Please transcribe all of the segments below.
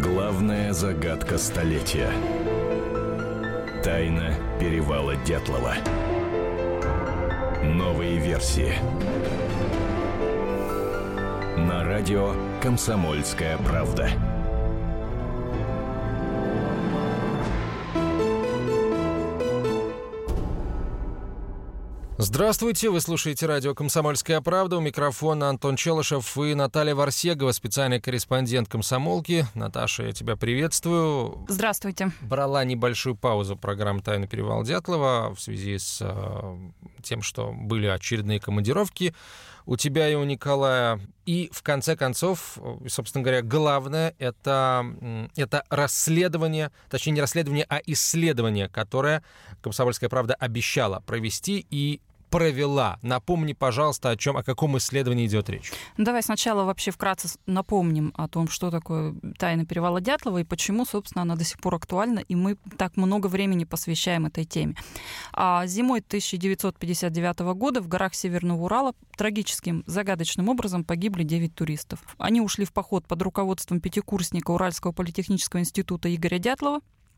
Главная загадка столетия. Тайна перевала Дятлова. Новые версии. На радио «Комсомольская правда». Здравствуйте, вы слушаете радио «Комсомольская правда». У микрофона Антон Челышев и Наталья Варсегова, специальный корреспондент «Комсомолки». Наташа, я тебя приветствую. Здравствуйте. Брала небольшую паузу программы «Тайна перевала Дятлова» в связи с тем, что были очередные командировки у тебя и у Николая. И в конце концов, собственно говоря, главное – это расследование, точнее не расследование, а исследование, которое «Комсомольская правда» обещала провести и провела. Напомни, пожалуйста, о каком исследовании идет речь. Давай сначала вообще вкратце напомним о том, что такое «Тайна перевала Дятлова» и почему, собственно, она до сих пор актуальна, и мы так много времени посвящаем этой теме. Зимой 1959 года в горах Северного Урала трагическим, загадочным образом погибли 9 туристов. Они ушли в поход под руководством пятикурсника Уральского политехнического института Игоря Дятлова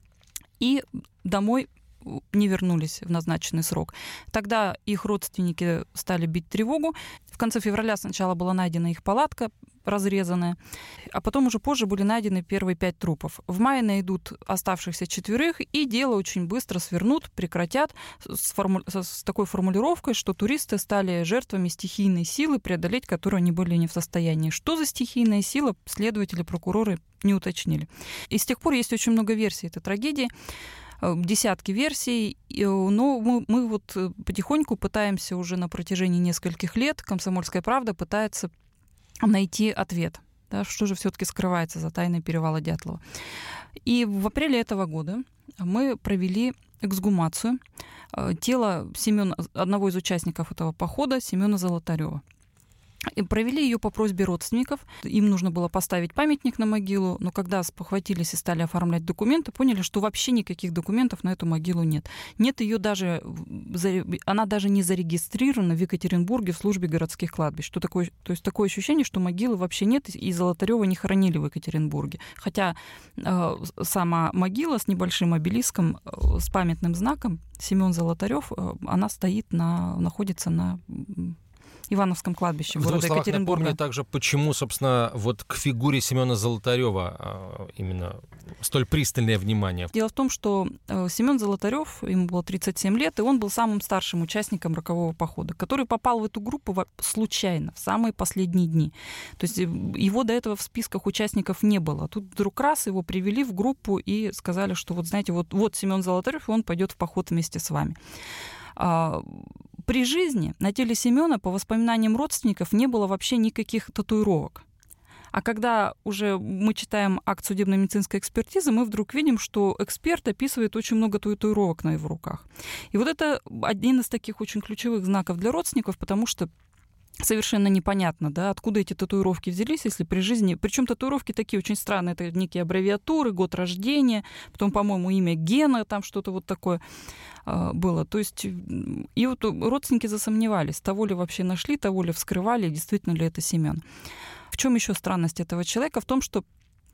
и домой не вернулись в назначенный срок. Тогда их родственники стали бить тревогу. В конце февраля сначала была найдена их палатка, разрезанная, а потом уже позже были найдены первые 5 трупов. В мае найдут оставшихся 4, и дело очень быстро свернут, прекратят с такой формулировкой, что туристы стали жертвами стихийной силы, преодолеть которую они были не в состоянии. Что за стихийная сила, следователи, прокуроры не уточнили. И с тех пор есть очень много версий этой трагедии, десятки версий, но мы вот потихоньку пытаемся уже на протяжении нескольких лет, «Комсомольская правда» пытается найти ответ, да, что же все-таки скрывается за тайной перевала Дятлова. И в апреле этого года мы провели эксгумацию тела одного из участников этого похода, Семена Золотарева. И провели ее по просьбе родственников. Им нужно было поставить памятник на могилу, но когда спохватились и стали оформлять документы, поняли, что вообще никаких документов на эту могилу нет. Нет ее даже, она даже не зарегистрирована в Екатеринбурге в службе городских кладбищ. То есть такое ощущение, что могилы вообще нет, и Золотарева не хоронили в Екатеринбурге. Хотя сама могила с небольшим обелиском, с памятным знаком Семен Золотарев, она находится на Ивановском кладбище города Екатеринбурга. Напомню также, почему, собственно, вот к фигуре Семена Золотарева именно столь пристальное внимание. Дело в том, что Семен Золотарев, ему было 37 лет, и он был самым старшим участником рокового похода, который попал в эту группу случайно, в самые последние дни. То есть его до этого в списках участников не было. Тут вдруг раз его привели в группу и сказали, что вот знаете, вот Семен Золотарев, и он пойдет в поход вместе с вами. При жизни на теле Семена, по воспоминаниям родственников, не было вообще никаких татуировок. А когда уже мы читаем акт судебно-медицинской экспертизы, мы вдруг видим, что эксперт описывает очень много татуировок на его руках. И вот это один из таких очень ключевых знаков для родственников, потому что совершенно непонятно, да, откуда эти татуировки взялись, если при жизни... Причем татуировки такие очень странные, это некие аббревиатуры, год рождения, потом, по-моему, имя Гена, там что-то вот такое было. То есть и вот родственники засомневались, того ли вообще нашли, того ли вскрывали, действительно ли это Семен. В чем еще странность этого человека? В том, что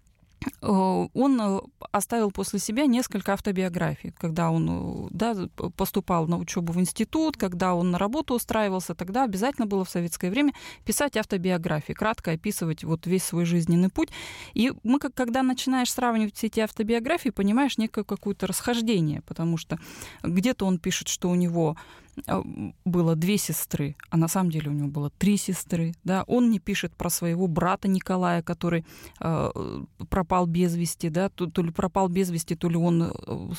он оставил после себя несколько автобиографий. Когда он поступал на учебу в институт, когда он на работу устраивался, тогда обязательно было в советское время писать автобиографии, кратко описывать вот весь свой жизненный путь. И мы, когда начинаешь сравнивать все эти автобиографии, понимаешь некое какое-то расхождение, потому что где-то он пишет, что у него было 2 сестры, а на самом деле у него было 3 сестры. Да? Он не пишет про своего брата Николая, который пропал без вести, да? То ли пропал без вести, то ли он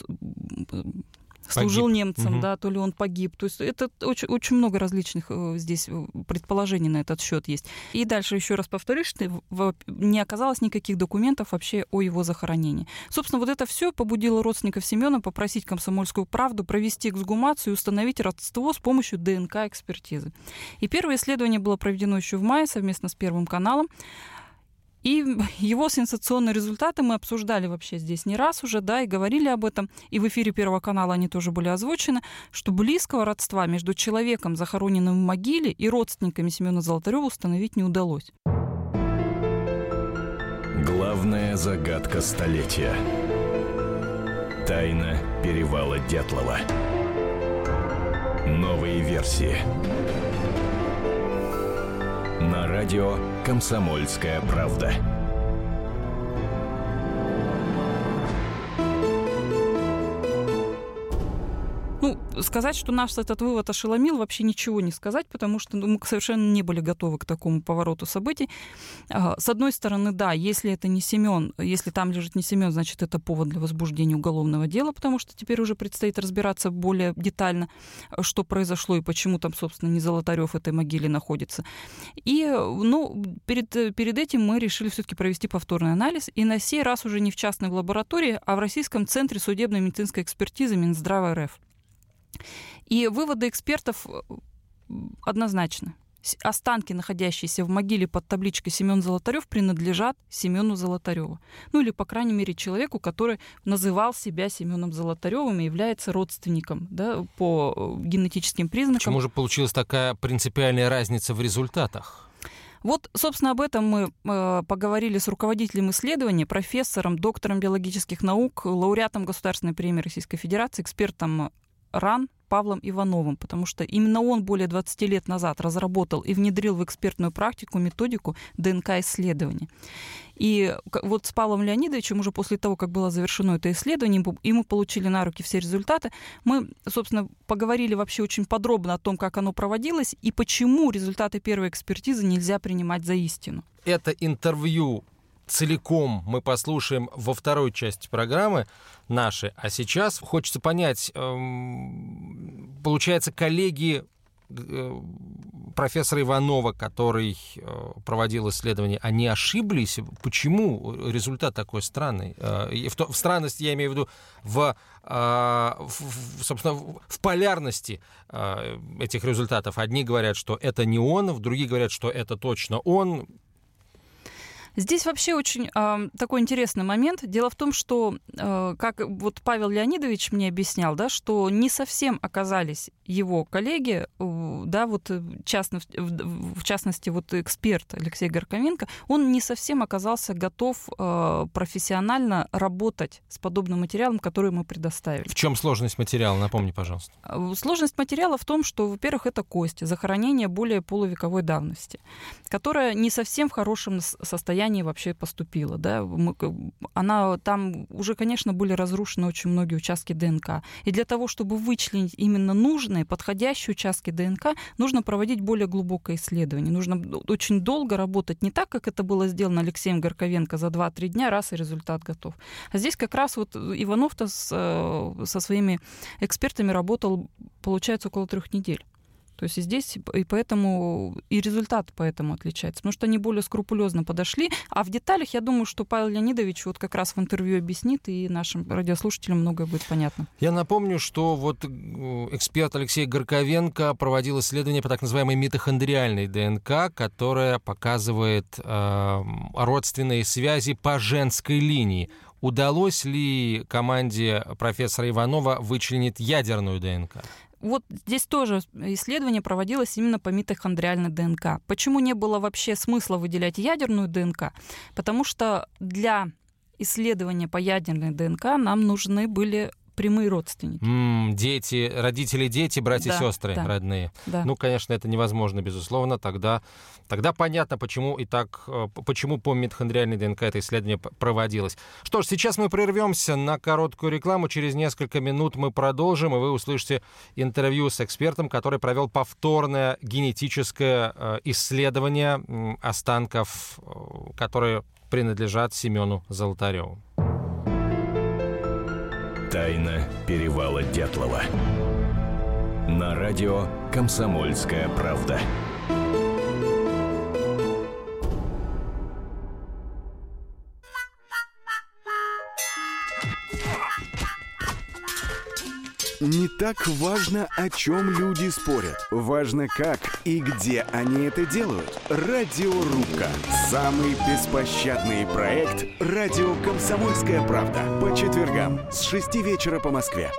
служил немцам, да, то ли он погиб. То есть это очень, очень много различных здесь предположений на этот счет есть. И дальше еще раз повторюсь, что не оказалось никаких документов вообще о его захоронении. Собственно, вот это все побудило родственников Семена попросить «Комсомольскую правду» провести эксгумацию и установить родство с помощью ДНК-экспертизы. И первое исследование было проведено еще в мае совместно с Первым каналом. И его сенсационные результаты мы обсуждали вообще здесь не раз уже, да, и говорили об этом. И в эфире Первого канала они тоже были озвучены, что близкого родства между человеком, захороненным в могиле, и родственниками Семена Золотарева установить не удалось. Главное Главная загадка столетия. Тайна перевала Дятлова. Новые версии. На радио «Комсомольская правда». Сказать, что нас этот вывод ошеломил, вообще ничего не сказать, потому что мы совершенно не были готовы к такому повороту событий. С одной стороны, да, если это не Семен, если там лежит не Семен, значит, это повод для возбуждения уголовного дела, потому что теперь уже предстоит разбираться более детально, что произошло и почему там, собственно, не Золотарев в этой могиле находится. И, перед этим мы решили все-таки провести повторный анализ, и на сей раз уже не в частной лаборатории, а в Российском центре судебной медицинской экспертизы Минздрава РФ. И выводы экспертов однозначны. Останки, находящиеся в могиле под табличкой «Семен Золотарев», принадлежат Семену Золотареву. Или, по крайней мере, человеку, который называл себя Семеном Золотаревым и является родственником, да, по генетическим признакам. Почему же получилась такая принципиальная разница в результатах? Вот, собственно, об этом мы поговорили с руководителем исследования, профессором, доктором биологических наук, лауреатом Государственной премии Российской Федерации, экспертом РАН Павлом Ивановым, потому что именно он более 20 лет назад разработал и внедрил в экспертную практику методику ДНК-исследования. И вот с Павлом Леонидовичем уже после того, как было завершено это исследование, и мы получили на руки все результаты, мы, собственно, поговорили вообще очень подробно о том, как оно проводилось и почему результаты первой экспертизы нельзя принимать за истину. Это интервью целиком мы послушаем во второй части программы нашей. А сейчас хочется понять, получается, коллеги профессора Иванова, который проводил исследование, они ошиблись? Почему результат такой странный? В странности я имею в виду собственно, в полярности этих результатов. Одни говорят, что это не он, другие говорят, что это точно он. Здесь вообще очень такой интересный момент. Дело в том, что, как вот Павел Леонидович мне объяснял, да, что не совсем оказались его коллеги, да, вот в частности, вот эксперт Алексей Горковенко, он не совсем оказался готов профессионально работать с подобным материалом, который мы предоставили. В чем сложность материала? Напомни, пожалуйста. Сложность материала в том, что, во-первых, это кость, захоронение более полувековой давности, которая не совсем в хорошем состоянии вообще поступила. Да? Она там уже, конечно, были разрушены очень многие участки ДНК. И для того, чтобы вычленить именно нужные, подходящие участки ДНК, нужно проводить более глубокое исследование. Нужно очень долго работать, не так, как это было сделано Алексеем Горковенко за 2-3 дня, раз и результат готов. А здесь как раз вот Иванов-то со своими экспертами работал, получается, около 3 недель. То есть и здесь, и поэтому, и результат поэтому отличается, потому что они более скрупулезно подошли, а в деталях, я думаю, что Павел Леонидович вот как раз в интервью объяснит, и нашим радиослушателям многое будет понятно. Я напомню, что вот эксперт Алексей Горковенко проводил исследование по так называемой митохондриальной ДНК, которая показывает родственные связи по женской линии. Удалось ли команде профессора Иванова вычленить ядерную ДНК? Вот здесь тоже исследование проводилось именно по митохондриальной ДНК. Почему не было вообще смысла выделять ядерную ДНК? Потому что для исследования по ядерной ДНК нам нужны были прямые родственники. Дети, родители, дети, братья и сестры родные. Да. Ну, конечно, это невозможно, безусловно. Тогда понятно, почему по митохондриальной ДНК это исследование проводилось. Что ж, сейчас мы прервемся на короткую рекламу. Через несколько минут мы продолжим, и вы услышите интервью с экспертом, который провел повторное генетическое исследование останков, которые принадлежат Семену Золотареву. Тайна перевала Дятлова. На радио «Комсомольская правда». Не так важно, о чем люди спорят. Важно, как и где они это делают. Радиорубка. Самый беспощадный проект «Радио Комсомольская правда». По четвергам с 6 вечера по Москве.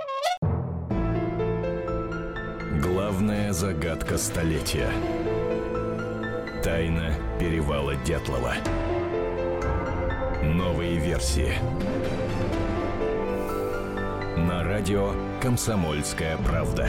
Главная загадка столетия. Тайна перевала Дятлова. Новые версии. На радио «Комсомольская правда».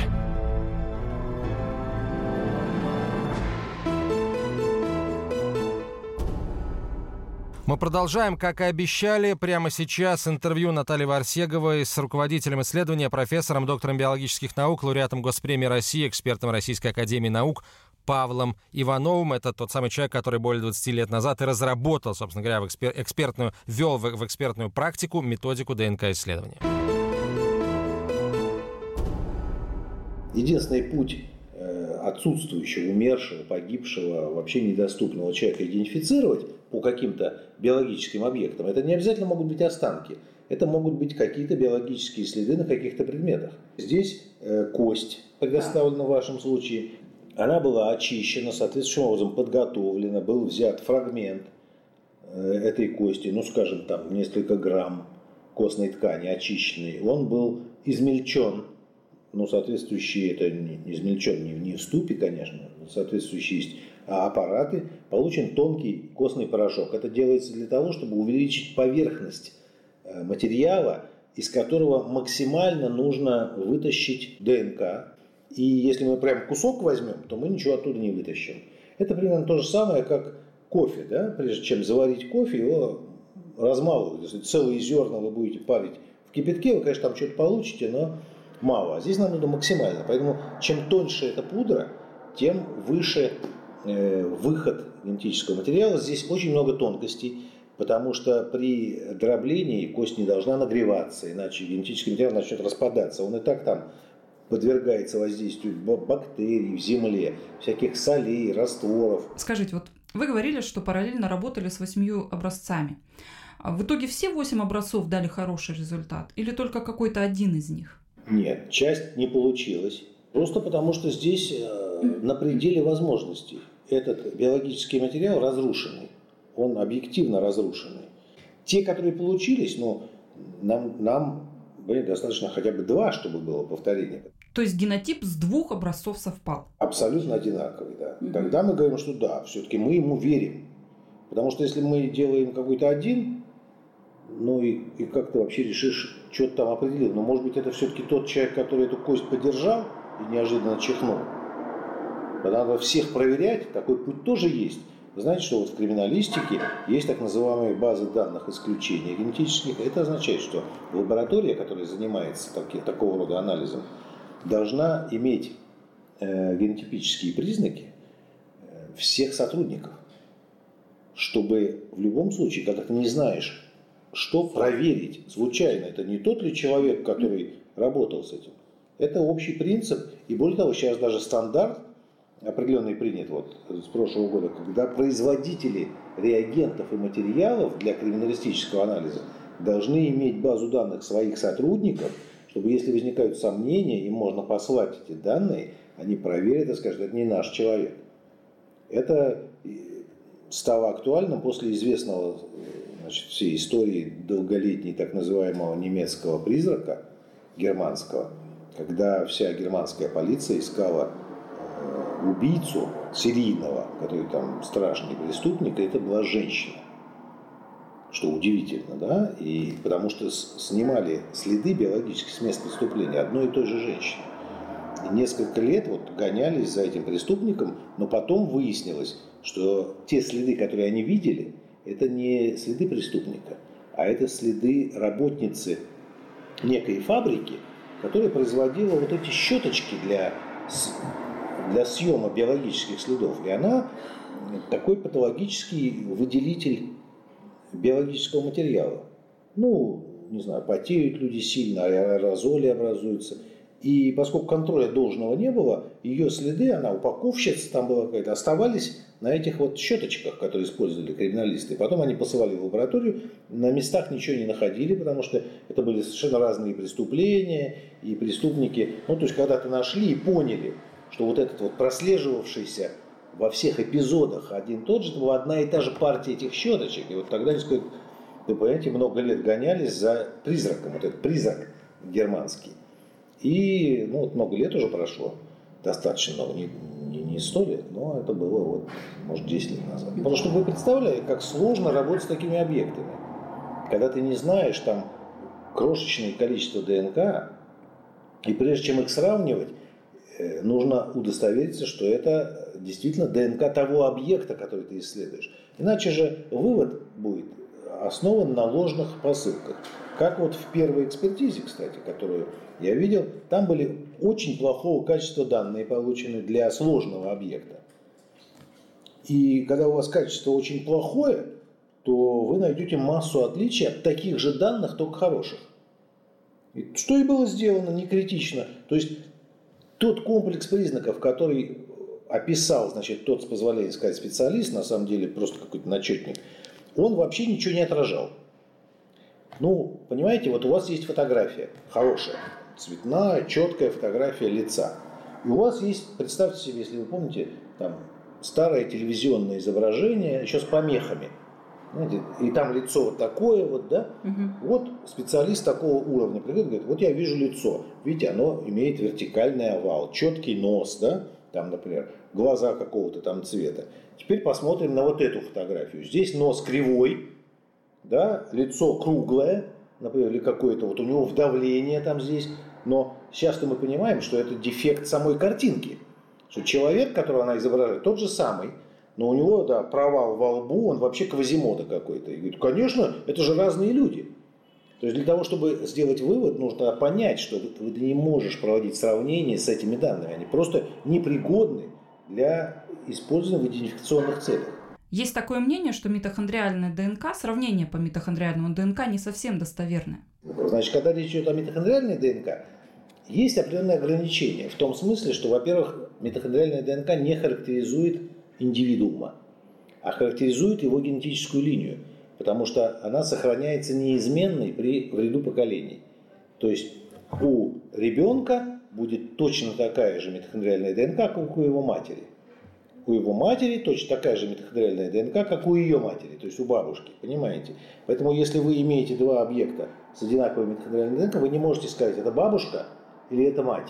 Мы продолжаем, как и обещали, прямо сейчас интервью Натальи Варсеговой с руководителем исследования, профессором, доктором биологических наук, лауреатом Госпремии России, экспертом Российской академии наук Павлом Ивановым. Это тот самый человек, который более 20 лет назад и разработал, собственно говоря, ввел в экспертную практику методику ДНК-исследования. Единственный путь отсутствующего, умершего, погибшего, вообще недоступного человека идентифицировать по каким-то биологическим объектам, это не обязательно могут быть останки. Это могут быть какие-то биологические следы на каких-то предметах. Здесь кость предоставлена в вашем случае. Она была очищена, соответствующим образом подготовлена, был взят фрагмент этой кости, ну, скажем, там несколько грамм костной ткани очищенной. Он был измельчен. Ну, соответствующие, это не измельчен не в ступе, конечно, соответствующие есть аппараты, получен тонкий костный порошок. Это делается для того, чтобы увеличить поверхность материала, из которого максимально нужно вытащить ДНК. И если мы прям кусок возьмем, то мы ничего оттуда не вытащим. Это примерно то же самое, как кофе. Да? Прежде чем заварить кофе, его размалывают. Если целые зерна вы будете парить в кипятке, вы, конечно, там что-то получите, но мало. А здесь нам надо максимально. Поэтому чем тоньше эта пудра, тем выше выход генетического материала. Здесь очень много тонкостей, потому что при дроблении кость не должна нагреваться, иначе генетический материал начнет распадаться. Он и так там подвергается воздействию бактерий в земле, всяких солей, растворов. Скажите, вот вы говорили, что параллельно работали с 8 образцами. В итоге все 8 образцов дали хороший результат или только какой-то один из них? Нет, часть не получилась. Просто потому, что здесь на пределе возможностей. Этот биологический материал разрушенный. Он объективно разрушенный. Те, которые получились, нам достаточно хотя бы 2, чтобы было повторение. То есть генотип с 2 образцов совпал? Абсолютно одинаковый, да. Тогда мы говорим, что да, все-таки мы ему верим. Потому что если мы делаем какой-то один, и как ты вообще решишь, что ты там определил? Может быть, это все-таки тот человек, который эту кость подержал и неожиданно чихнул. Надо всех проверять, такой путь тоже есть. Вы знаете, что вот в криминалистике есть так называемые базы данных исключения генетических. Это означает, что лаборатория, которая занимается такого рода анализом, должна иметь генотипические признаки всех сотрудников. Чтобы в любом случае, когда ты не знаешь, что проверить случайно, это не тот ли человек, который работал с этим. Это общий принцип. И более того, сейчас даже стандарт определенный принят с прошлого года, когда производители реагентов и материалов для криминалистического анализа должны иметь базу данных своих сотрудников, чтобы, если возникают сомнения, им можно послать эти данные, они проверят и скажут, это не наш человек. Это стало актуальным после известного всей истории долголетней так называемого немецкого призрака германского, когда вся германская полиция искала убийцу серийного, который там страшный преступник, и это была женщина. Что удивительно, да? И потому что снимали следы биологических с места преступления одной и той же женщины. И несколько лет гонялись за этим преступником, но потом выяснилось, что те следы, которые они видели, это не следы преступника, а это следы работницы некой фабрики, которая производила эти щеточки для съема биологических следов. И она такой патологический выделитель биологического материала. Не знаю, потеют люди сильно, аэрозоли образуются. И поскольку контроля должного не было, ее следы, она упаковщица там была какая-то, оставались на этих щеточках, которые использовали криминалисты. И потом они посылали в лабораторию, на местах ничего не находили, потому что это были совершенно разные преступления и преступники. То есть, когда-то нашли и поняли, что этот прослеживавшийся во всех эпизодах один тот же, это была одна и та же партия этих щеточек. И тогда они сказали, вы понимаете, много лет гонялись за призраком, этот призрак германский. И много лет уже прошло, достаточно много, не 100 лет, но это было может 10 лет назад. Потому что вы представляете, как сложно работать с такими объектами. когда ты не знаешь там крошечное количество ДНК, и прежде чем их сравнивать, нужно удостовериться, что это действительно ДНК того объекта, который ты исследуешь. Иначе же вывод будет основан на ложных посылках. Как вот в первой экспертизе, кстати, которую я видел, там были очень плохого качества данные получены для сложного объекта. И когда у вас качество очень плохое, то вы найдете массу отличий от таких же данных, только хороших. И что и было сделано, не критично. То есть тот комплекс признаков, который описал, значит, тот, с позволения сказать, специалист, на самом деле просто какой-то начетник, он вообще ничего не отражал. Ну, понимаете, вот у вас есть фотография хорошая, цветная, четкая фотография лица. И у вас есть, представьте себе, если вы помните, там старое телевизионное изображение, еще с помехами. Знаете, и там лицо вот такое вот, да? Угу. Вот специалист такого уровня приходит и говорит, вот я вижу лицо. Видите, оно имеет вертикальный овал, четкий нос, да? Там, например, глаза какого-то там цвета. Теперь посмотрим на вот эту фотографию. Здесь нос кривой, да? Лицо круглое, например, или какое-то, вот у него вдавление там здесь. Но сейчас-то мы понимаем, что это дефект самой картинки. Что человек, которого она изображает, тот же самый, но у него, да, провал во лбу, он вообще Квазимода какой-то. И говорит, конечно, это же разные люди. То есть для того, чтобы сделать вывод, нужно понять, что ты не можешь проводить сравнение с этими данными. Они просто непригодны для использования в идентификационных целях. Есть такое мнение, что митохондриальная ДНК, сравнение по митохондриальному ДНК не совсем достоверное. Значит, когда речь идет о митохондриальной ДНК, есть определенные ограничения. В том смысле, что, во-первых, митохондриальная ДНК не характеризует индивидуума, а характеризует его генетическую линию, потому что она сохраняется неизменной в ряду поколений. То есть у ребенка будет точно такая же митохондриальная ДНК, как у его матери. У его матери точно такая же митохондриальная ДНК, как у ее матери, то есть у бабушки, понимаете? Поэтому если вы имеете два объекта с одинаковой митохондриальной ДНК, вы не можете сказать, это бабушка или это мать.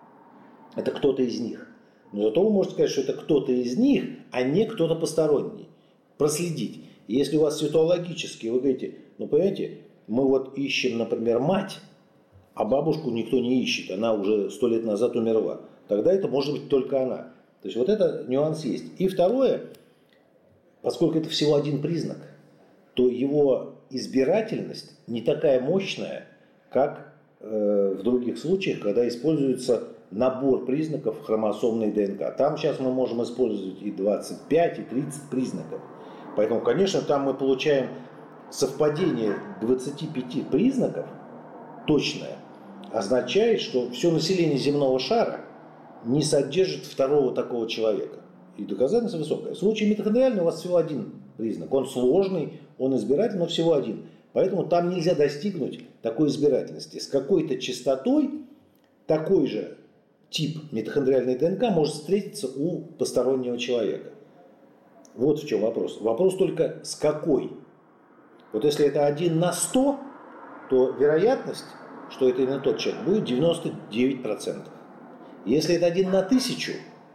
Это кто-то из них. Но зато вы можете сказать, что это кто-то из них, а не кто-то посторонний. Проследить. И если у вас ситуологически, вы говорите, ну, понимаете, мы вот ищем, например, мать, а бабушку никто не ищет, она уже 100 лет назад умерла. Тогда это может быть только она. То есть вот это нюанс есть. И второе, поскольку это всего один признак, то его избирательность не такая мощная, как в других случаях, когда используется набор признаков хромосомной ДНК. Там сейчас мы можем использовать и 25, и 30 признаков. Поэтому, конечно, там мы получаем совпадение 25 признаков точное, означает, что все население земного шара не содержит второго такого человека. И доказательность высокая. В случае митохондриального у вас всего один признак. Он сложный, он избирательный, но всего один. Поэтому там нельзя достигнуть такой избирательности. С какой-то частотой такой же тип митохондриальной ДНК может встретиться у постороннего человека. Вот в чем вопрос. Вопрос только с какой. Вот если это 1 на 100, то вероятность, что это именно тот человек, будет 99%. Если это 1 на 1000,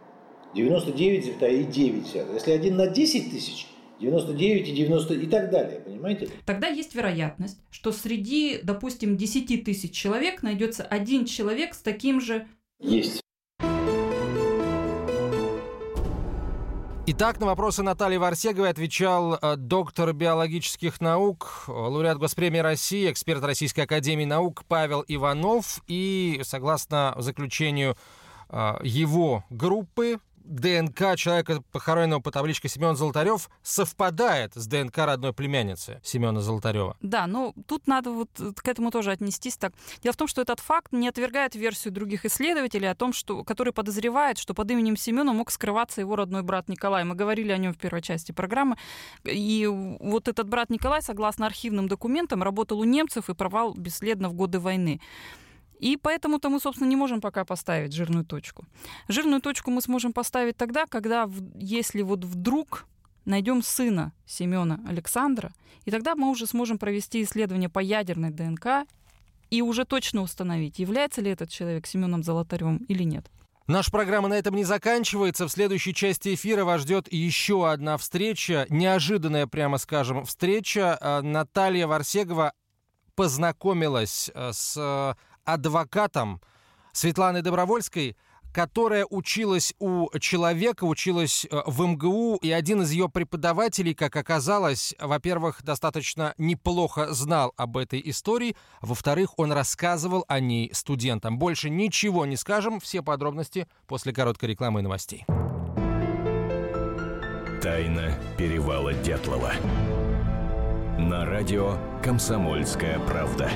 99,9. Если 1 на 10 тысяч, 99,90 и так далее, понимаете? Тогда есть вероятность, что среди, допустим, 10 тысяч человек найдется один человек с таким же... Есть. Итак, на вопросы Натальи Варсеговой отвечал доктор биологических наук, лауреат Госпремии России, эксперт Российской академии наук Павел Иванов. И согласно заключению его группы, ДНК человека, похороненного по табличке Семен Золотарев, совпадает с ДНК родной племянницы Семена Золотарева. Да, но тут надо вот к этому тоже отнестись так. Дело в том, что этот факт не отвергает версию других исследователей о том, что, которые подозревают, что под именем Семена мог скрываться его родной брат Николай. Мы говорили о нем в первой части программы. И вот этот брат Николай, согласно архивным документам, работал у немцев и пропал бесследно в годы войны. И поэтому-то мы, собственно, не можем пока поставить жирную точку. Жирную точку мы сможем поставить тогда, когда, если вот вдруг найдем сына Семена Александра, и тогда мы уже сможем провести исследование по ядерной ДНК и уже точно установить, является ли этот человек Семеном Золотаревым или нет. Наша программа на этом не заканчивается. В следующей части эфира вас ждет еще одна встреча. Неожиданная, прямо скажем, встреча. Наталья Варсегова познакомилась с адвокатом Светланой Добровольской, которая училась у человека, училась в МГУ, и один из ее преподавателей, как оказалось, во-первых, достаточно неплохо знал об этой истории, во-вторых, он рассказывал о ней студентам. Больше ничего не скажем, все подробности после короткой рекламы и новостей. Тайна перевала Дятлова. На радио «Комсомольская правда».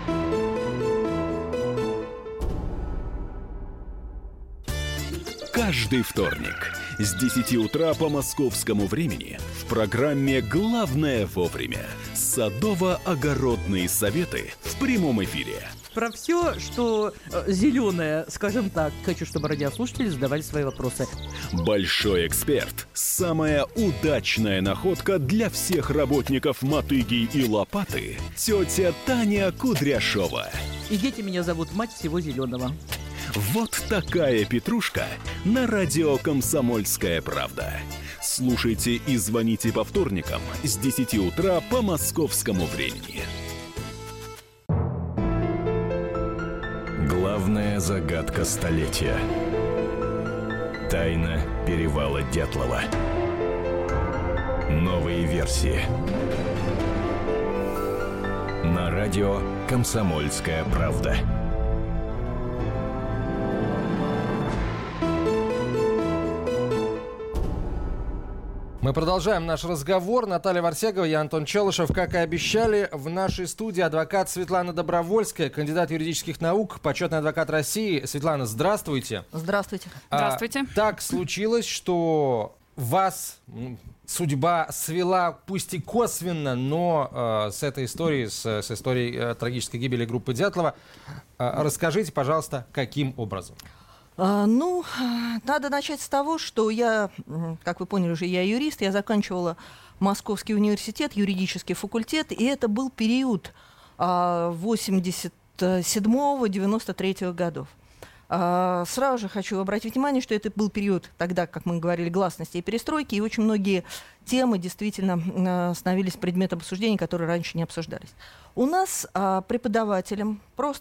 Каждый вторник с 10 утра по московскому времени в программе «Главное вовремя» садово-огородные советы в прямом эфире. Про все, что зеленое, скажем так. Хочу, чтобы радиослушатели задавали свои вопросы. Большой эксперт. Самая удачная находка для всех работников мотыги и лопаты. Тетя Таня Кудряшова. И дети меня зовут мать всего зеленого. Вот такая петрушка на радио «Комсомольская правда». Слушайте и звоните по вторникам с 10 утра по московскому времени. Главная загадка столетия. Тайна перевала Дятлова. Новые версии. На радио «Комсомольская правда». Мы продолжаем наш разговор. Наталья Варсегова, я Антон Челышев. Как и обещали, в нашей студии адвокат Светлана Добровольская, кандидат юридических наук, почетный адвокат России. Светлана, здравствуйте. Здравствуйте. Здравствуйте. Так случилось, что вас судьба свела, пусть и косвенно, но с этой историей, с историей трагической гибели группы Дятлова. Расскажите, пожалуйста, каким образом? Надо начать с того, что я, как вы поняли уже, я юрист, я заканчивала Московский университет, юридический факультет, и это был период 87-93 годов. Сразу же хочу обратить внимание, что это был период тогда, как мы говорили, гласности и перестройки, и очень многие темы действительно становились предметом обсуждения, которые раньше не обсуждались. У нас преподавателем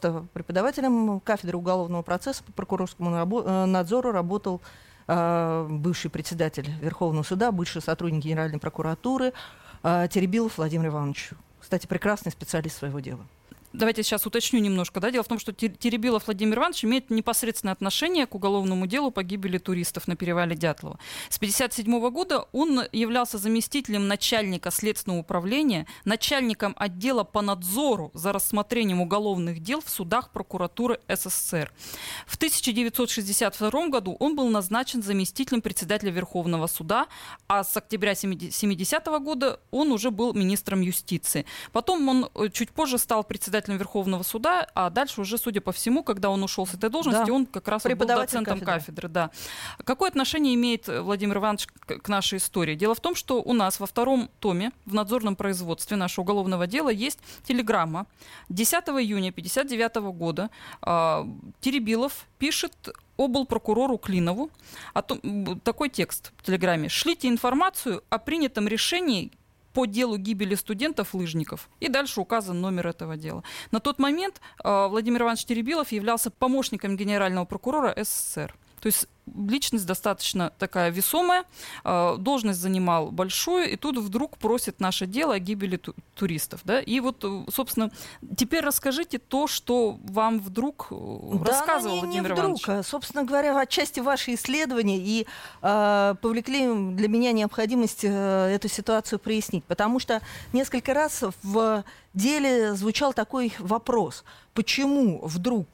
кафедры уголовного процесса по прокурорскому надзору работал бывший председатель Верховного суда, бывший сотрудник Генеральной прокуратуры Теребилов Владимир Иванович. Кстати, прекрасный специалист своего дела. Давайте сейчас уточню немножко. Дело в том, что Теребилов Владимир Иванович имеет непосредственное отношение к уголовному делу по гибели туристов на перевале Дятлова. С 1957 года он являлся заместителем начальника следственного управления, начальником отдела по надзору за рассмотрением уголовных дел в судах прокуратуры СССР. В 1962 году он был назначен заместителем председателя Верховного суда, а с октября 1970 года он уже был министром юстиции. Потом он чуть позже стал председателем Верховного суда, а дальше уже, судя по всему, когда он ушел с этой должности, он как раз был доцентом кафедры. Да. Какое отношение имеет Владимир Иванович к нашей истории? Дело в том, что у нас во втором томе в надзорном производстве нашего уголовного дела есть телеграмма. 10 июня 1959 года Теребилов пишет облпрокурору Клинову такой текст в телеграмме: «Шлите информацию о принятом решении по делу гибели студентов-лыжников». И дальше указан номер этого дела. На тот момент Владимир Иванович Теребилов являлся помощником генерального прокурора СССР. То есть личность достаточно такая весомая, должность занимал большую, и тут вдруг просит наше дело о гибели туристов. Да? И вот, собственно, теперь расскажите то, что вам вдруг рассказывал Владимир Иванович. Собственно говоря, отчасти ваши исследования и повлекли для меня необходимость эту ситуацию прояснить, потому что несколько раз в деле звучал такой вопрос: почему вдруг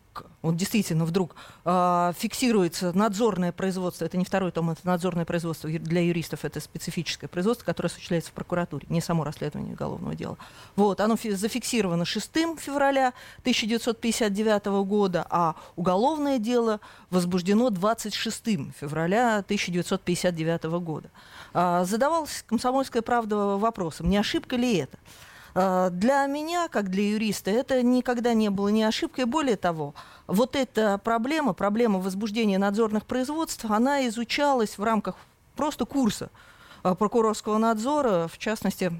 фиксируется надзорное производство, это не второй том, это надзорное производство для юристов, это специфическое производство, которое осуществляется в прокуратуре, не само расследование уголовного дела. Оно зафиксировано 6 февраля 1959 года, а уголовное дело возбуждено 26 февраля 1959 года. Задавалась «Комсомольская правда» вопросом, не ошибка ли это? Для меня, как для юриста, это никогда не было ни ошибкой. Более того, вот эта проблема возбуждения надзорных производств, она изучалась в рамках просто курса прокурорского надзора, в частности,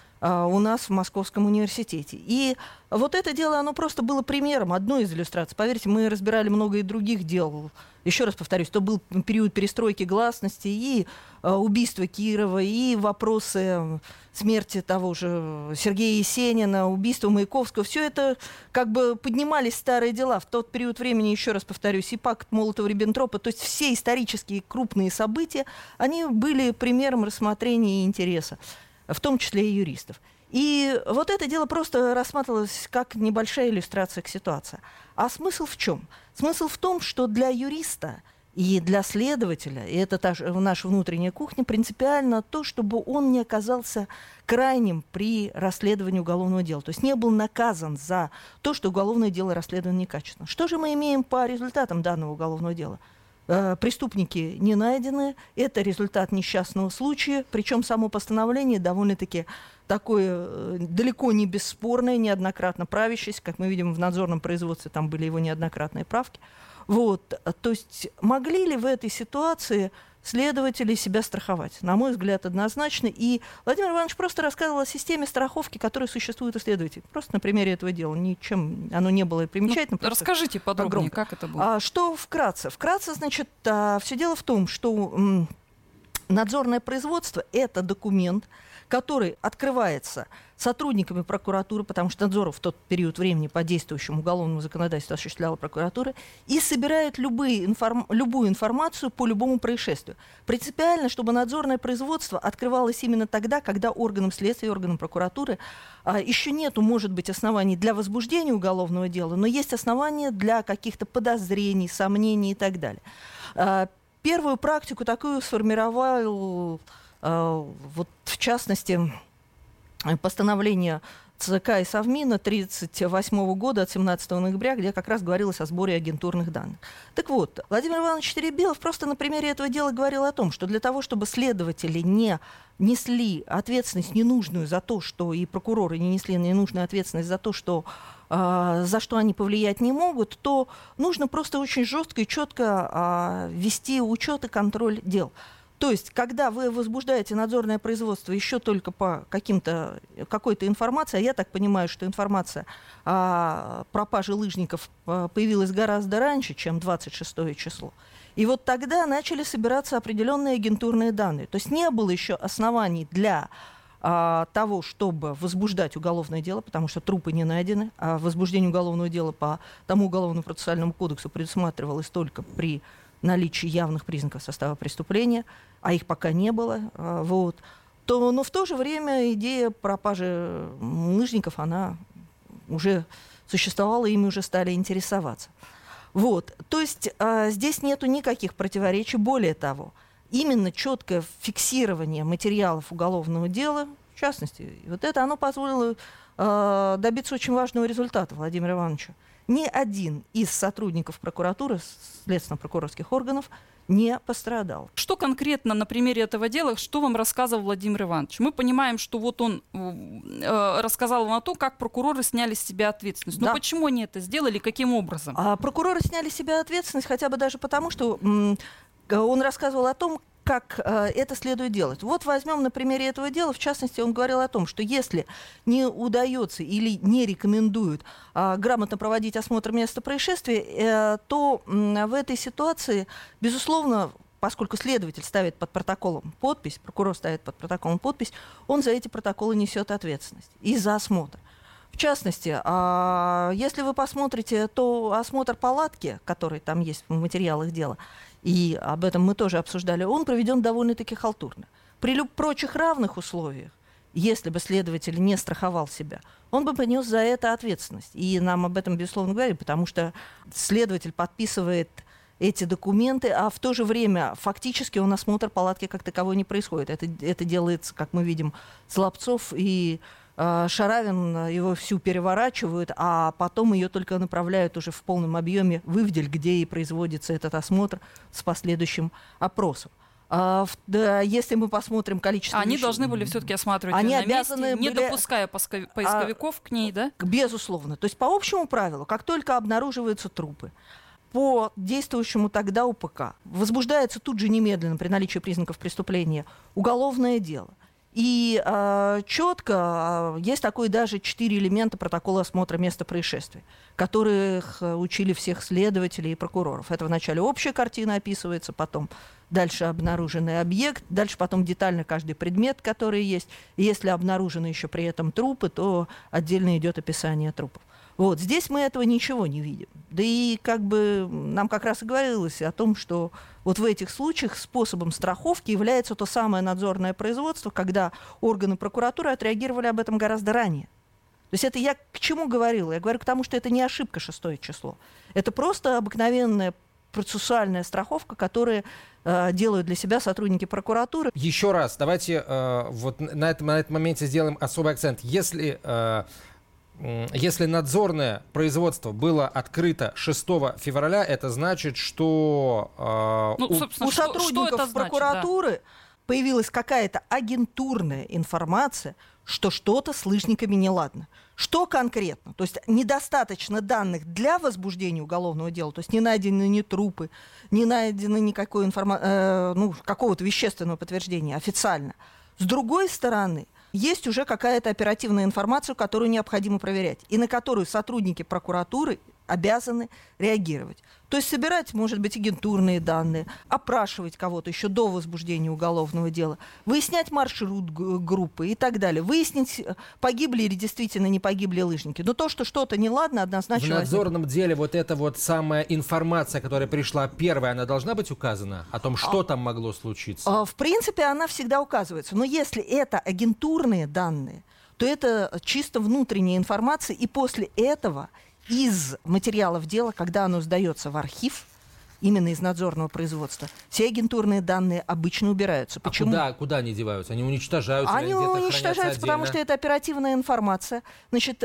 у нас в Московском университете. И вот это дело, оно просто было примером, одной из иллюстраций. Поверьте, мы разбирали много и других дел. Еще раз повторюсь, то был период перестройки гласности, и убийство Кирова, и вопросы смерти того же Сергея Есенина, убийство Маяковского. Все это как бы поднимались старые дела. В тот период времени, еще раз повторюсь, и пакт Молотова-Риббентропа, то есть все исторические крупные события, они были примером рассмотрения и интереса, в том числе и юристов. И вот это дело просто рассматривалось как небольшая иллюстрация к ситуации. А смысл в чем? Смысл в том, что для юриста и для следователя, и это наша внутренняя кухня, принципиально то, чтобы он не оказался крайним при расследовании уголовного дела. То есть не был наказан за то, что уголовное дело расследовано некачественно. Что же мы имеем по результатам данного уголовного дела? Преступники не найдены, это результат несчастного случая, причем само постановление довольно-таки такое далеко не бесспорное, неоднократно правящееся, как мы видим в надзорном производстве, там были его неоднократные правки. Вот. То есть могли ли в этой ситуации следователи себя страховать? На мой взгляд, однозначно. И Владимир Иванович просто рассказывал о системе страховки, которая существует у следователей. Просто на примере этого дела. Ничем оно не было примечательным. Расскажите подробнее, как это было. Что вкратце? Вкратце, значит, все дело в том, что надзорное производство – это документ, который открывается сотрудниками прокуратуры, потому что надзор в тот период времени по действующему уголовному законодательству осуществляла прокуратура, и собирает любую информацию по любому происшествию. Принципиально, чтобы надзорное производство открывалось именно тогда, когда органам следствия, органам прокуратуры еще нету, может быть, оснований для возбуждения уголовного дела, но есть основания для каких-то подозрений, сомнений и так далее. Первую практику такую сформировал, вот, в частности, постановление ЦК и Совмина 1938 года от 17 ноября, где как раз говорилось о сборе агентурных данных. Так вот, Владимир Иванович Теребилов просто на примере этого дела говорил о том, что для того, чтобы следователи не несли ответственность ненужную за то, что и прокуроры не несли ненужную ответственность за то, что за что они повлиять не могут, то нужно просто очень жестко и четко вести учет и контроль дел. То есть, когда вы возбуждаете надзорное производство еще только по какой-то информации, а я так понимаю, что информация о пропаже лыжников появилась гораздо раньше, чем 26 число, и вот тогда начали собираться определенные агентурные данные. То есть не было еще оснований для того, чтобы возбуждать уголовное дело, потому что трупы не найдены, а возбуждение уголовного дела по тому уголовному процессуальному кодексу предусматривалось только при наличии явных признаков состава преступления, а их пока не было, но в то же время идея пропажи лыжников, она уже существовала, ими уже стали интересоваться. То есть здесь нету никаких противоречий. Более того, именно четкое фиксирование материалов уголовного дела, в частности, вот это оно позволило добиться очень важного результата Владимира Ивановича. Ни один из сотрудников прокуратуры, следственно-прокурорских органов, не пострадал. Что конкретно на примере этого дела, что вам рассказывал Владимир Иванович? Мы понимаем, что вот он рассказал вам о том, как прокуроры сняли с себя ответственность. Но почему они это сделали, каким образом? Прокуроры сняли с себя ответственность хотя бы даже потому, что он рассказывал о том, как это следует делать. Вот возьмем на примере этого дела, в частности, он говорил о том, что если не удается или не рекомендуют грамотно проводить осмотр места происшествия, то в этой ситуации, безусловно, поскольку следователь ставит под протоколом подпись, прокурор ставит под протоколом подпись, он за эти протоколы несет ответственность и за осмотр. В частности, если вы посмотрите, то осмотр палатки, который там есть в материалах дела, и об этом мы тоже обсуждали, он проведен довольно-таки халтурно. При прочих равных условиях, если бы следователь не страховал себя, он бы понес за это ответственность. И нам об этом, безусловно, говорили, потому что следователь подписывает эти документы, а в то же время фактически он осмотр палатки как таковой не происходит. Это делается, как мы видим, Слабцов и Шаравин его всю переворачивают, а потом ее только направляют уже в полном объеме в Ивдель, где и производится этот осмотр с последующим опросом. Если мы посмотрим количество... Они должны были все-таки осматривать они ее на обязаны месте, не были... допуская поисковиков к ней, да? Безусловно. То есть по общему правилу, как только обнаруживаются трупы, по действующему тогда УПК возбуждается тут же немедленно при наличии признаков преступления уголовное дело. И четко есть такое даже 4 элемента протокола осмотра места происшествия, которых учили всех следователей и прокуроров. Это вначале общая картина описывается, потом дальше обнаруженный объект, дальше потом детально каждый предмет, который есть. И если обнаружены еще при этом трупы, то отдельно идет описание трупов. Вот. Здесь мы этого ничего не видим. Да и нам как раз и говорилось о том, что вот в этих случаях способом страховки является то самое надзорное производство, когда органы прокуратуры отреагировали об этом гораздо ранее. То есть это я к чему говорила? Я говорю к тому, что это не ошибка 6 число. Это просто обыкновенная процессуальная страховка, которую делают для себя сотрудники прокуратуры. Еще раз, давайте вот на этом моменте сделаем особый акцент. Если надзорное производство было открыто 6 февраля, это значит, что у сотрудников прокуратуры появилась какая-то агентурная информация, что что-то с лыжниками неладно. Что конкретно? То есть недостаточно данных для возбуждения уголовного дела, то есть не найдены ни трупы, не найдено никакой какого-то вещественного подтверждения официально. С другой стороны, есть уже какая-то оперативная информация, которую необходимо проверять, и на которую сотрудники прокуратуры обязаны реагировать. То есть собирать, может быть, агентурные данные, опрашивать кого-то еще до возбуждения уголовного дела, выяснять маршрут группы и так далее, выяснить, погибли или действительно не погибли лыжники. Но то, что что-то неладно, однозначно... В надзорном деле вот эта вот самая информация, которая пришла первая, она должна быть указана? О том, что там могло случиться? В принципе, она всегда указывается. Но если это агентурные данные, то это чисто внутренняя информация, и после этого... из материалов дела, когда оно сдается в архив, именно из надзорного производства, все агентурные данные обычно убираются. Почему? Куда они деваются? Они уничтожаются? Они уничтожаются, потому что это оперативная информация. Значит,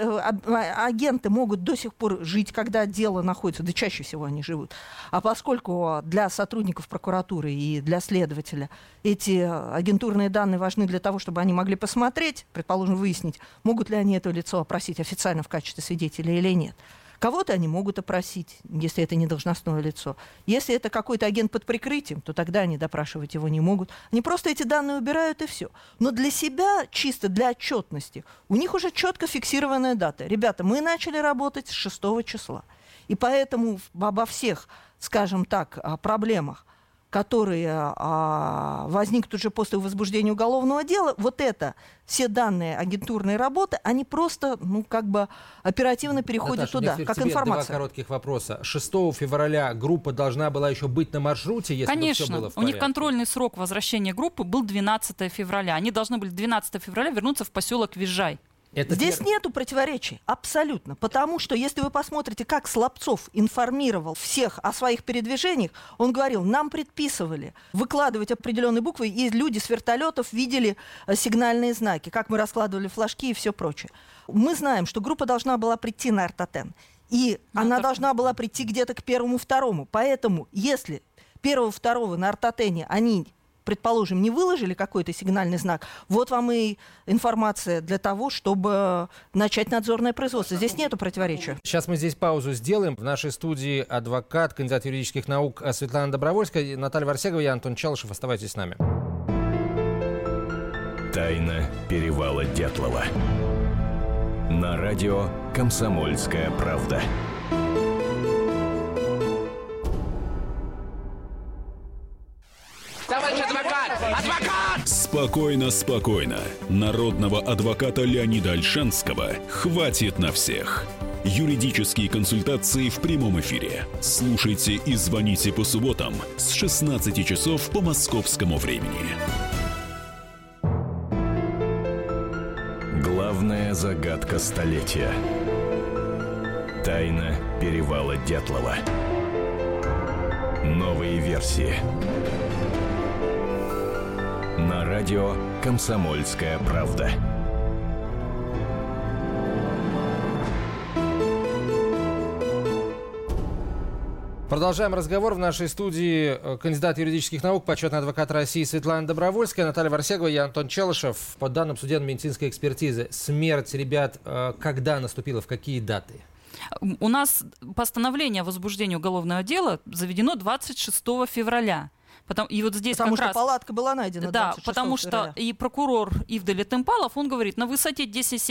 агенты могут до сих пор жить, когда дело находится, да чаще всего они живут. А поскольку для сотрудников прокуратуры и для следователя эти агентурные данные важны для того, чтобы они могли посмотреть, предположим, выяснить, могут ли они это лицо опросить официально в качестве свидетеля или нет. Кого-то они могут опросить, если это не должностное лицо. Если это какой-то агент под прикрытием, то тогда они допрашивать его не могут. Они просто эти данные убирают, и все. Но для себя, чисто для отчетности, у них уже четко фиксированная дата. Ребята, мы начали работать с 6 числа. И поэтому обо всех, скажем так, проблемах, которые возникнут уже после возбуждения уголовного дела, вот это, все данные агентурной работы, они просто, оперативно переходят туда, как информация. 2 коротких вопроса. 6 февраля группа должна была еще быть на маршруте, если бы все было в порядке? У них контрольный срок возвращения группы был 12 февраля. Они должны были 12 февраля вернуться в поселок Визжай. Здесь нету противоречий, абсолютно. Потому что, если вы посмотрите, как Слабцов информировал всех о своих передвижениях, он говорил, нам предписывали выкладывать определенные буквы, и люди с вертолетов видели сигнальные знаки, как мы раскладывали флажки и все прочее. Мы знаем, что группа должна была прийти на Артатен, и она должна была прийти где-то к 1-2. Поэтому, если 1-2 на Артатене они... предположим, не выложили какой-то сигнальный знак, вот вам и информация для того, чтобы начать надзорное производство. Здесь нету противоречия. Сейчас мы здесь паузу сделаем. В нашей студии адвокат, кандидат юридических наук Светлана Добровольская, Наталья Варсегова, я Антон Чалышев. Оставайтесь с нами. Тайна перевала Дятлова. На радио «Комсомольская правда». Товарищ адвокат! Адвокат! Спокойно, спокойно. Народного адвоката Леонида Ольшанского хватит на всех. Юридические консультации в прямом эфире. Слушайте и звоните по субботам с 16 часов по московскому времени. Главная загадка столетия. Тайна перевала Дятлова. Новые версии. На радио «Комсомольская правда». Продолжаем разговор. В нашей студии кандидат юридических наук, почетный адвокат России Светлана Добровольская, Наталья Варсегова, я Антон Челышев. По данным судебно-медицинской экспертизы, смерть ребят когда наступила, в какие даты? У нас постановление о возбуждении уголовного дела заведено 26 февраля. И вот здесь потому как что раз, палатка была найдена 26 потому февраля. что и прокурор Ивдаль Темпалов, он говорит, на высоте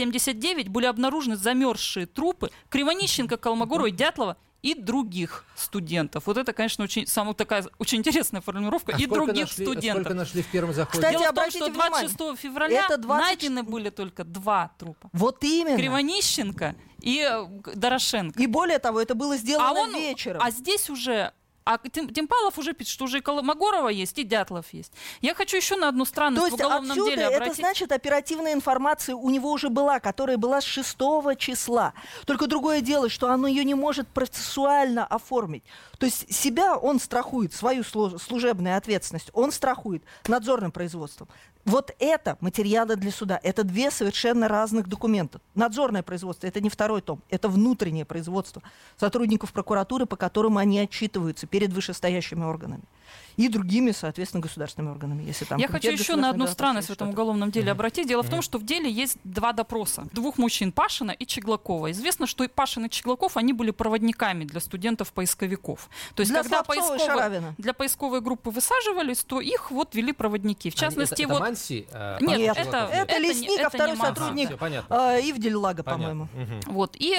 1079 были обнаружены замерзшие трупы Кривонищенко, Колмогорова и Дятлова и других студентов. Вот это, конечно, очень интересная формулировка. И других студентов. Сколько нашли в первом заходе? Кстати, Дело в том, что 26 февраля найдены были только 2 трупа. Вот именно. Кривонищенко и Дорошенко. И более того, это было сделано вечером. А здесь уже... А Темпалов уже пишет, что уже и Колмогорова есть, и Дятлов есть. Я хочу еще на одну странность в уголовном деле обратить. Это значит, оперативная информация у него уже была, которая была с 6 числа. Только другое дело, что он ее не может процессуально оформить. То есть себя он страхует, свою служебную ответственность, он страхует надзорным производством. Вот это материалы для суда. Это 2 совершенно разных документа. Надзорное производство — это не второй том, это внутреннее производство сотрудников прокуратуры, по которым они отчитываются перед вышестоящими органами и другими, соответственно, государственными органами. Если там я хочу еще на одну странность в этом уголовном деле обратить. Дело в том, что в деле есть 2 допроса. 2 мужчин, Пашина и Чеглакова. Известно, что и Пашин, и Чеглаков, они были проводниками для студентов-поисковиков. То есть, когда для поисковой группы высаживались, то их вот вели проводники. В частности, это Манси? Нет, это Лесник, а второй сотрудник Ивдель Лага, по-моему. Вот. И,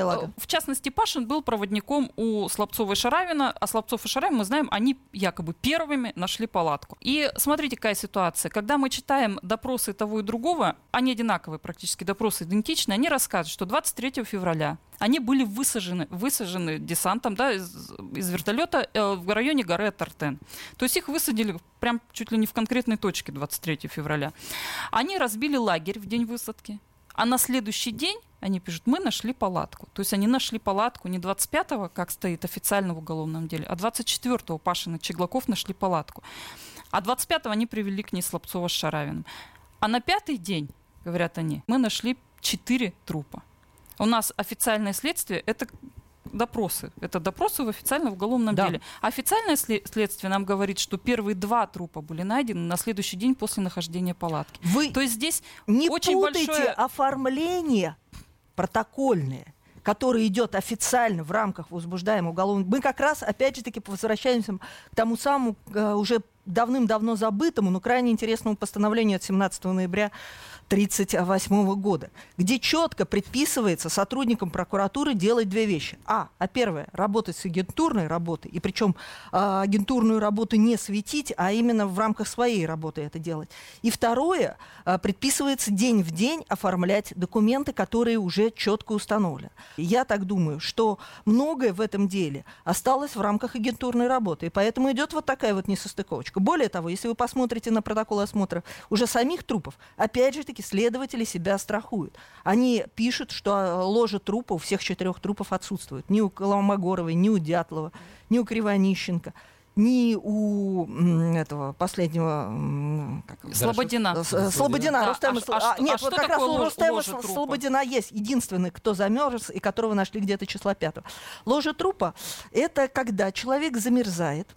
в частности, Пашин был проводником у Слабцова и Шаравина, а Слабцов и Шаравин, мы знаем, они якобы первыми нашли палатку. И смотрите, какая ситуация. Когда мы читаем допросы того и другого, они одинаковые практически, допросы идентичны, они рассказывают, что 23 февраля они были высажены десантом, да, из вертолета в районе горы Атартен. То есть их высадили прям чуть ли не в конкретной точке 23 февраля. Они разбили лагерь в день высадки. А на следующий день, они пишут, мы нашли палатку. То есть они нашли палатку не 25-го, как стоит официально в уголовном деле, а 24-го Пашин и Чеглаков нашли палатку. А 25-го они привели к ней Слабцова с Шаравиным. А на 5-й день, говорят они, мы нашли 4 трупа. У нас официальное следствие — это допросы. Это допросы в официальном уголовном деле. А официальное следствие нам говорит, что первые 2 трупа были найдены на следующий день после нахождения палатки. То есть здесь не очень путайте большое... оформление протокольное, которое идет официально в рамках возбуждаемого уголовного. Мы как раз, опять же таки, возвращаемся к тому самому уже давным-давно забытому, но крайне интересному постановлению от 17 ноября 1938 года, где четко предписывается сотрудникам прокуратуры делать 2 вещи. Первое — работать с агентурной работой, и причем агентурную работу не светить, а именно в рамках своей работы это делать. И второе — предписывается день в день оформлять документы, которые уже четко установлены. Я так думаю, что многое в этом деле осталось в рамках агентурной работы, и поэтому идет вот такая вот несостыковочка. Более того, если вы посмотрите на протокол осмотра уже самих трупов, опять же таки следователи себя страхуют. Они пишут, что ложа трупа у всех 4 трупов отсутствует. Ни у Колмогоровой, ни у Дятлова, ни у Кривонищенко, ни у этого последнего... Слободина. Слободина. Нет, вот как раз у Рустема Слободина есть единственный, кто замерз и которого нашли где-то числа 5. Ложа трупа — это когда человек замерзает,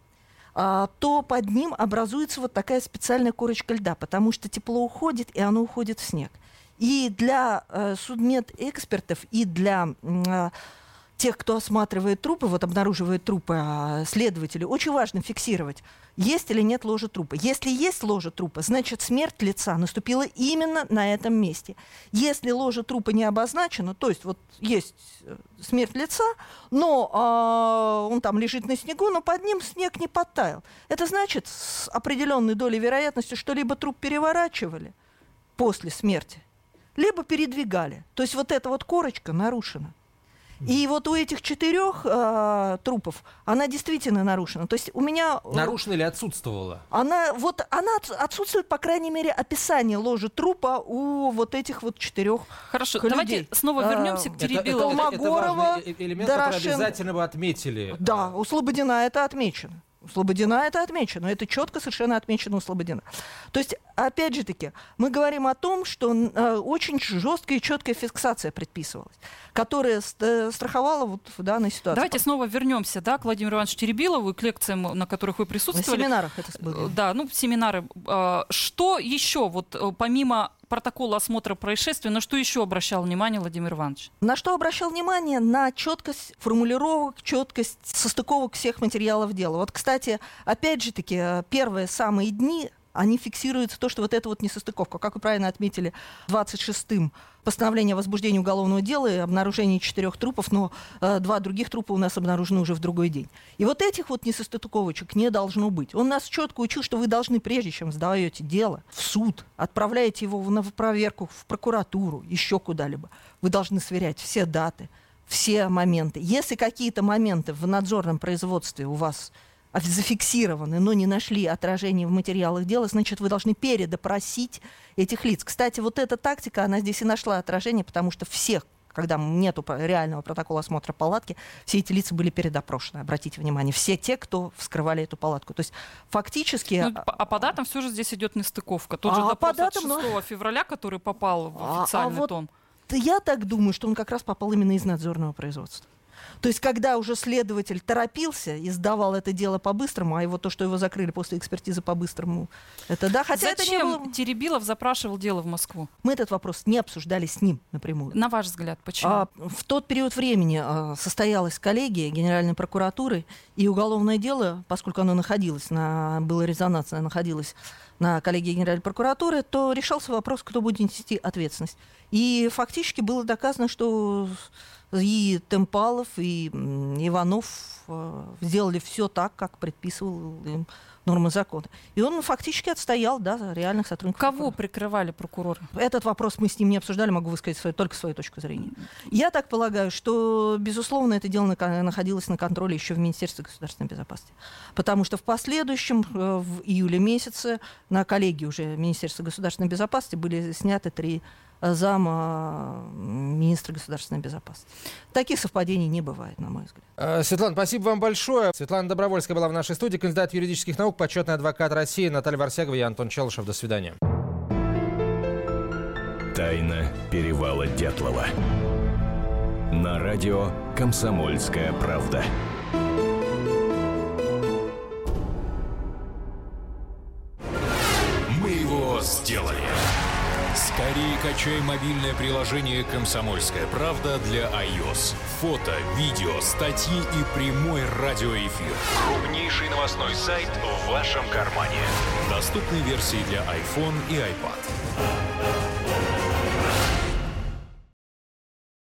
то под ним образуется вот такая специальная корочка льда, потому что тепло уходит, и оно уходит в снег. И для судмедэкспертов, и для тех, кто осматривает трупы, вот обнаруживает трупы следователей, очень важно фиксировать, есть или нет ложа трупа. Если есть ложа трупа, значит, смерть лица наступила именно на этом месте. Если ложа трупа не обозначена, то есть вот есть смерть лица, но он там лежит на снегу, но под ним снег не подтаял. Это значит, с определенной долей вероятности, что либо труп переворачивали после смерти, либо передвигали. То есть вот эта вот корочка нарушена. И вот у этих 4 трупов она действительно нарушена. То есть у меня... Нарушена или отсутствовала? Она отсутствует, по крайней мере, описание ложи трупа у вот этих вот 4 Хорошо, людей. Давайте снова вернемся к Теребилову. Это важный элемент, который обязательно бы отметили. Да, у Слободина это отмечено. Слободина это отмечено, это четко совершенно отмечено у Слободина. То есть, опять же таки, мы говорим о том, что очень жесткая и четкая фиксация предписывалась, которая страховала вот в данной ситуации. Давайте снова вернемся, да, к Владимиру Ивановичу Теребилову и к лекциям, на которых вы присутствовали. На семинарах это было. Да, семинары. Что еще, вот помимо протокола осмотра происшествия, на что еще обращал внимание Владимир Иванович? На что обращал внимание? На четкость формулировок, четкость состыковок всех материалов дела. Вот, кстати, опять же таки, первые самые дни, они фиксируются то, что вот эта вот несостыковка, как вы правильно отметили, 26-м постановление о возбуждении уголовного дела и обнаружении 4 трупов, но 2 других трупа у нас обнаружены уже в другой день. И вот этих вот несостыковочек не должно быть. Он нас четко учил, что вы должны, прежде чем сдаете дело в суд, отправляете его на проверку в прокуратуру, еще куда-либо, вы должны сверять все даты, все моменты. Если какие-то моменты в надзорном производстве у вас зафиксированы, но не нашли отражения в материалах дела, значит, вы должны передопросить этих лиц. Кстати, вот эта тактика, она здесь и нашла отражение, потому что всех, когда нет реального протокола осмотра палатки, все эти лица были передопрошены, обратите внимание, все те, кто вскрывали эту палатку. То есть фактически... А по датам все же здесь идет нестыковка. Тот же допрос от 6 февраля, который попал в официальный том. Я так думаю, что он как раз попал именно из надзорного производства. То есть, когда уже следователь торопился и сдавал это дело по-быстрому, а то, что его закрыли после экспертизы по-быстрому, это да. Хотя зачем это не было... Теребилов запрашивал дело в Москву? Мы этот вопрос не обсуждали с ним напрямую. На ваш взгляд, почему? В тот период времени состоялась коллегия Генеральной прокуратуры, и уголовное дело, поскольку оно было резонансное, находилось на коллегии Генеральной прокуратуры, то решался вопрос, кто будет нести ответственность. И фактически было доказано, что и Темпалов, и Иванов сделали все так, как предписывал им нормы закона. И он фактически отстоял, реальных сотрудников. Кого прикрывали прокуроры? Этот вопрос мы с ним не обсуждали, могу высказать только свою точку зрения. Я так полагаю, что, безусловно, это дело находилось на контроле еще в Министерстве государственной безопасности. Потому что в последующем, в июле месяце, на коллегии уже Министерства государственной безопасности были сняты 3 зама министра государственной безопасности. Таких совпадений не бывает, на мой взгляд. Светлана, спасибо вам большое. Светлана Добровольская была в нашей студии, кандидат юридических наук, почетный адвокат России, Наталья Варсягова и Антон Челышев. До свидания. Тайна перевала Дятлова. На радио «Комсомольская правда». Мы его сделали. Скорее качай мобильное приложение «Комсомольская правда» для iOS. Фото, видео, статьи и прямой радиоэфир. Крупнейший новостной сайт в вашем кармане. Доступны версии для iPhone и iPad.